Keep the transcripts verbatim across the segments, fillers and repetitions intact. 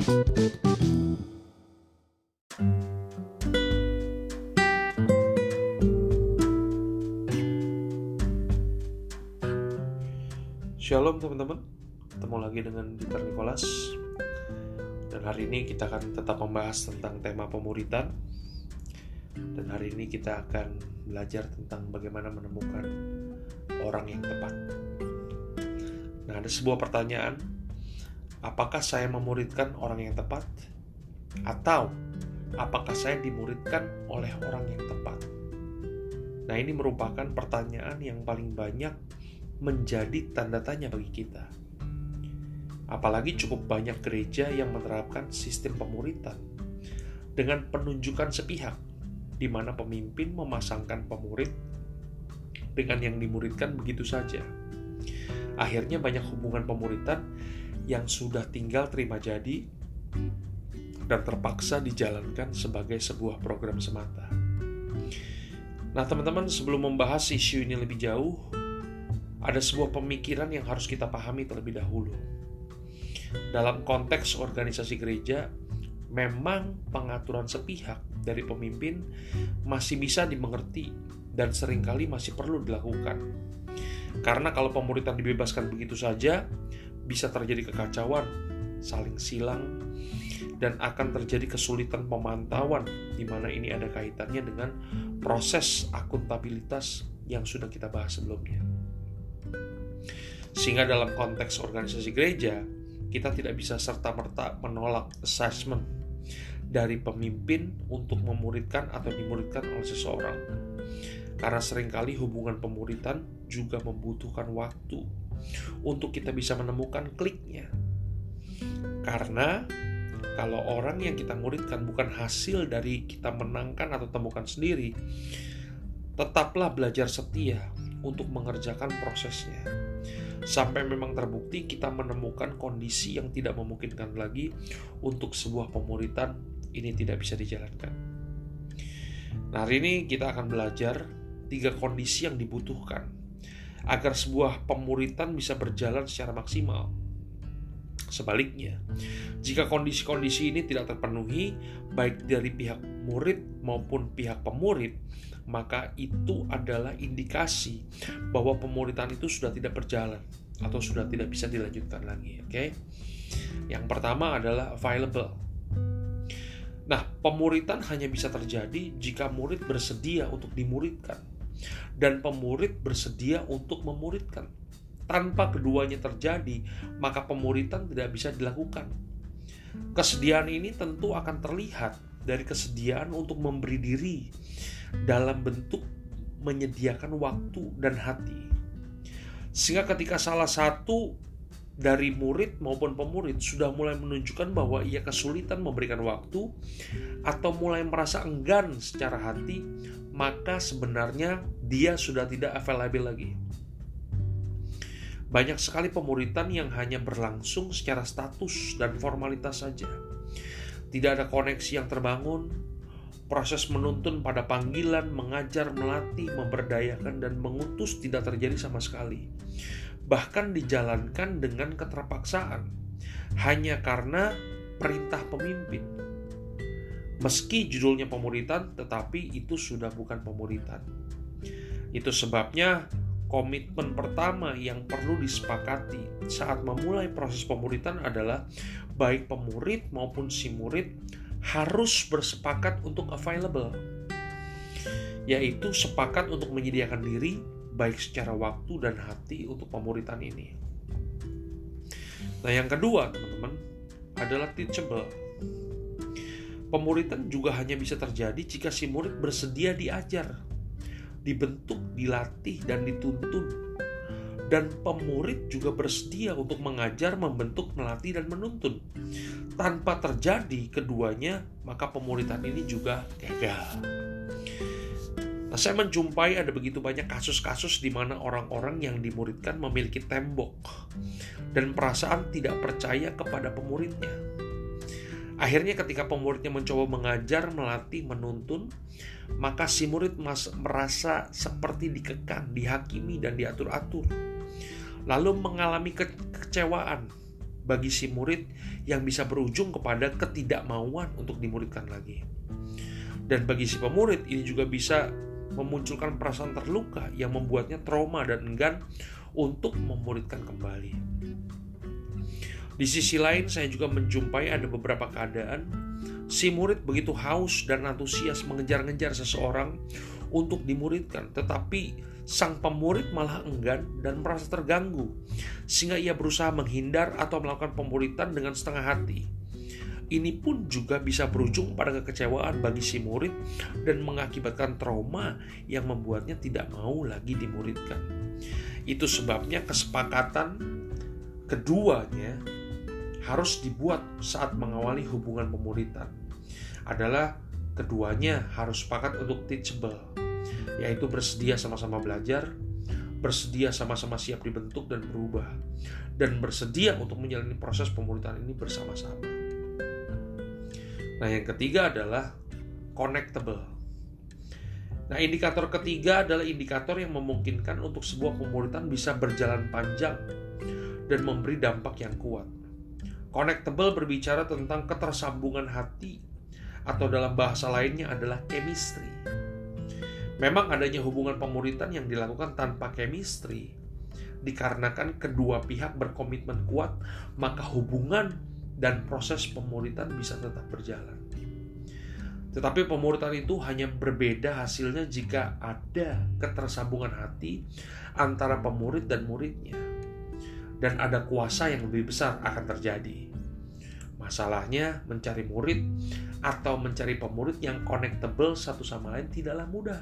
Shalom teman-teman, ketemu lagi dengan Dieter Nicholas. Dan hari ini kita akan tetap membahas tentang tema pemuritan. Dan hari ini kita akan belajar tentang bagaimana menemukan orang yang tepat. Nah, ada sebuah pertanyaan, apakah saya memuridkan orang yang tepat? Atau apakah saya dimuridkan oleh orang yang tepat? Nah, ini merupakan pertanyaan yang paling banyak menjadi tanda tanya bagi kita. Apalagi cukup banyak gereja yang menerapkan sistem pemuritan dengan penunjukan sepihak, di mana pemimpin memasangkan pemurid dengan yang dimuridkan begitu saja. Akhirnya banyak hubungan pemuritan yang sudah tinggal terima jadi dan terpaksa dijalankan sebagai sebuah program semata. Nah teman-teman, sebelum membahas isu ini lebih jauh, ada sebuah pemikiran yang harus kita pahami terlebih dahulu. Dalam konteks organisasi gereja, memang pengaturan sepihak dari pemimpin masih bisa dimengerti dan seringkali masih perlu dilakukan. Karena kalau pemuritan dibebaskan begitu saja, bisa terjadi kekacauan, saling silang, dan akan terjadi kesulitan pemantauan, di mana ini ada kaitannya dengan proses akuntabilitas yang sudah kita bahas sebelumnya. Sehingga dalam konteks organisasi gereja, kita tidak bisa serta-merta menolak assessment dari pemimpin untuk memuridkan atau dimuridkan oleh seseorang. Karena seringkali hubungan pemuritan juga membutuhkan waktu untuk kita bisa menemukan kliknya. Karena kalau orang yang kita muridkan bukan hasil dari kita menangkan atau temukan sendiri, tetaplah belajar setia untuk mengerjakan prosesnya. Sampai memang terbukti kita menemukan kondisi yang tidak memungkinkan lagi untuk sebuah pemuritan ini tidak bisa dijalankan. Nah, hari ini kita akan belajar tiga kondisi yang dibutuhkan agar sebuah pemuritan bisa berjalan secara maksimal. Sebaliknya, jika kondisi-kondisi ini tidak terpenuhi baik dari pihak murid maupun pihak pemurid, maka itu adalah indikasi bahwa pemuritan itu sudah tidak berjalan atau sudah tidak bisa dilanjutkan lagi. Oke? Okay? Yang pertama adalah available. Nah, pemuritan hanya bisa terjadi jika murid bersedia untuk dimuridkan dan pemurid bersedia untuk memuridkan. Tanpa keduanya terjadi, maka pemuritan tidak bisa dilakukan. Kesediaan ini tentu akan terlihat dari kesediaan untuk memberi diri dalam bentuk menyediakan waktu dan hati. Sehingga ketika salah satu dari murid maupun pemurid sudah mulai menunjukkan bahwa ia kesulitan memberikan waktu atau mulai merasa enggan secara hati, maka sebenarnya dia sudah tidak available lagi. Banyak sekali pemuritan yang hanya berlangsung secara status dan formalitas saja. Tidak ada koneksi yang terbangun. Proses menuntun pada panggilan, mengajar, melatih, memberdayakan, dan mengutus tidak terjadi sama sekali. Bahkan dijalankan dengan keterpaksaan, hanya karena perintah pemimpin. Meski judulnya pemuritan, tetapi itu sudah bukan pemuritan. Itu sebabnya komitmen pertama yang perlu disepakati saat memulai proses pemuritan adalah baik pemurid maupun si murid harus bersepakat untuk available, yaitu sepakat untuk menyediakan diri baik secara waktu dan hati untuk pemuritan ini. Nah, yang kedua, teman-teman, adalah teachable. Pemuritan juga hanya bisa terjadi jika si murid bersedia diajar, dibentuk, dilatih, dan dituntun. Dan pemurid juga bersedia untuk mengajar, membentuk, melatih, dan menuntun. Tanpa terjadi keduanya, maka pemuritan ini juga gagal. Nah, saya menjumpai ada begitu banyak kasus-kasus di mana orang-orang yang dimuridkan memiliki tembok dan perasaan tidak percaya kepada pemuridnya. Akhirnya ketika pemuridnya mencoba mengajar, melatih, menuntun, maka si murid mas- merasa seperti dikekang, dihakimi, dan diatur-atur. Lalu mengalami ke- kecewaan, bagi si murid yang bisa berujung kepada ketidakmauan untuk dimuridkan lagi. Dan bagi si pemurid ini juga bisa memunculkan perasaan terluka yang membuatnya trauma dan enggan untuk memuridkan kembali. Di sisi lain, saya juga menjumpai ada beberapa keadaan si murid begitu haus dan antusias mengejar-ngejar seseorang untuk dimuridkan, tetapi sang pemurid malah enggan dan merasa terganggu, sehingga ia berusaha menghindar atau melakukan pemuridan dengan setengah hati. Ini pun juga bisa berujung pada kekecewaan bagi si murid dan mengakibatkan trauma yang membuatnya tidak mau lagi dimuridkan. Itu sebabnya kesepakatan keduanya harus dibuat saat mengawali hubungan pemuridan adalah keduanya harus sepakat untuk teachable, yaitu bersedia sama-sama belajar, bersedia sama-sama siap dibentuk dan berubah, dan bersedia untuk menjalani proses pemuridan ini bersama-sama. Nah, yang ketiga adalah connectable. Nah, indikator ketiga adalah indikator yang memungkinkan untuk sebuah pemuridan bisa berjalan panjang dan memberi dampak yang kuat. Connectable berbicara tentang ketersambungan hati, atau dalam bahasa lainnya adalah chemistry. Memang adanya hubungan pemuridan yang dilakukan tanpa chemistry dikarenakan kedua pihak berkomitmen kuat, maka hubungan dan proses pemuridan bisa tetap berjalan. Tetapi pemuridan itu hanya berbeda hasilnya jika ada ketersambungan hati antara pemurid dan muridnya, dan ada kuasa yang lebih besar akan terjadi. Masalahnya, mencari murid atau mencari pemurid yang connectable satu sama lain tidaklah mudah.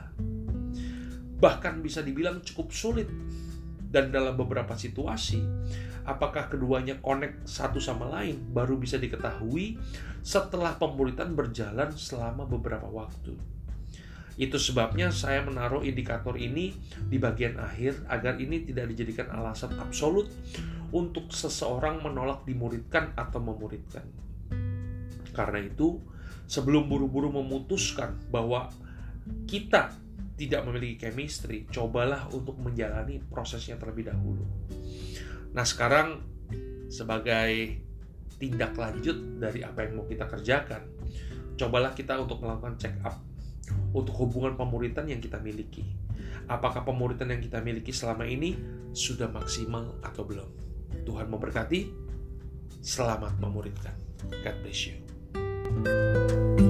Bahkan bisa dibilang cukup sulit. Dan dalam beberapa situasi, apakah keduanya connect satu sama lain baru bisa diketahui setelah pemuridan berjalan selama beberapa waktu. Itu sebabnya saya menaruh indikator ini di bagian akhir agar ini tidak dijadikan alasan absolut untuk seseorang menolak dimuridkan atau memuridkan. Karena itu, sebelum buru-buru memutuskan bahwa kita tidak memiliki chemistry, cobalah untuk menjalani prosesnya terlebih dahulu. Nah, sekarang sebagai tindak lanjut dari apa yang mau kita kerjakan, cobalah kita untuk melakukan check up untuk hubungan pemuridan yang kita miliki. Apakah pemuridan yang kita miliki selama ini sudah maksimal atau belum? Tuhan memberkati. Selamat memuridkan. God bless you.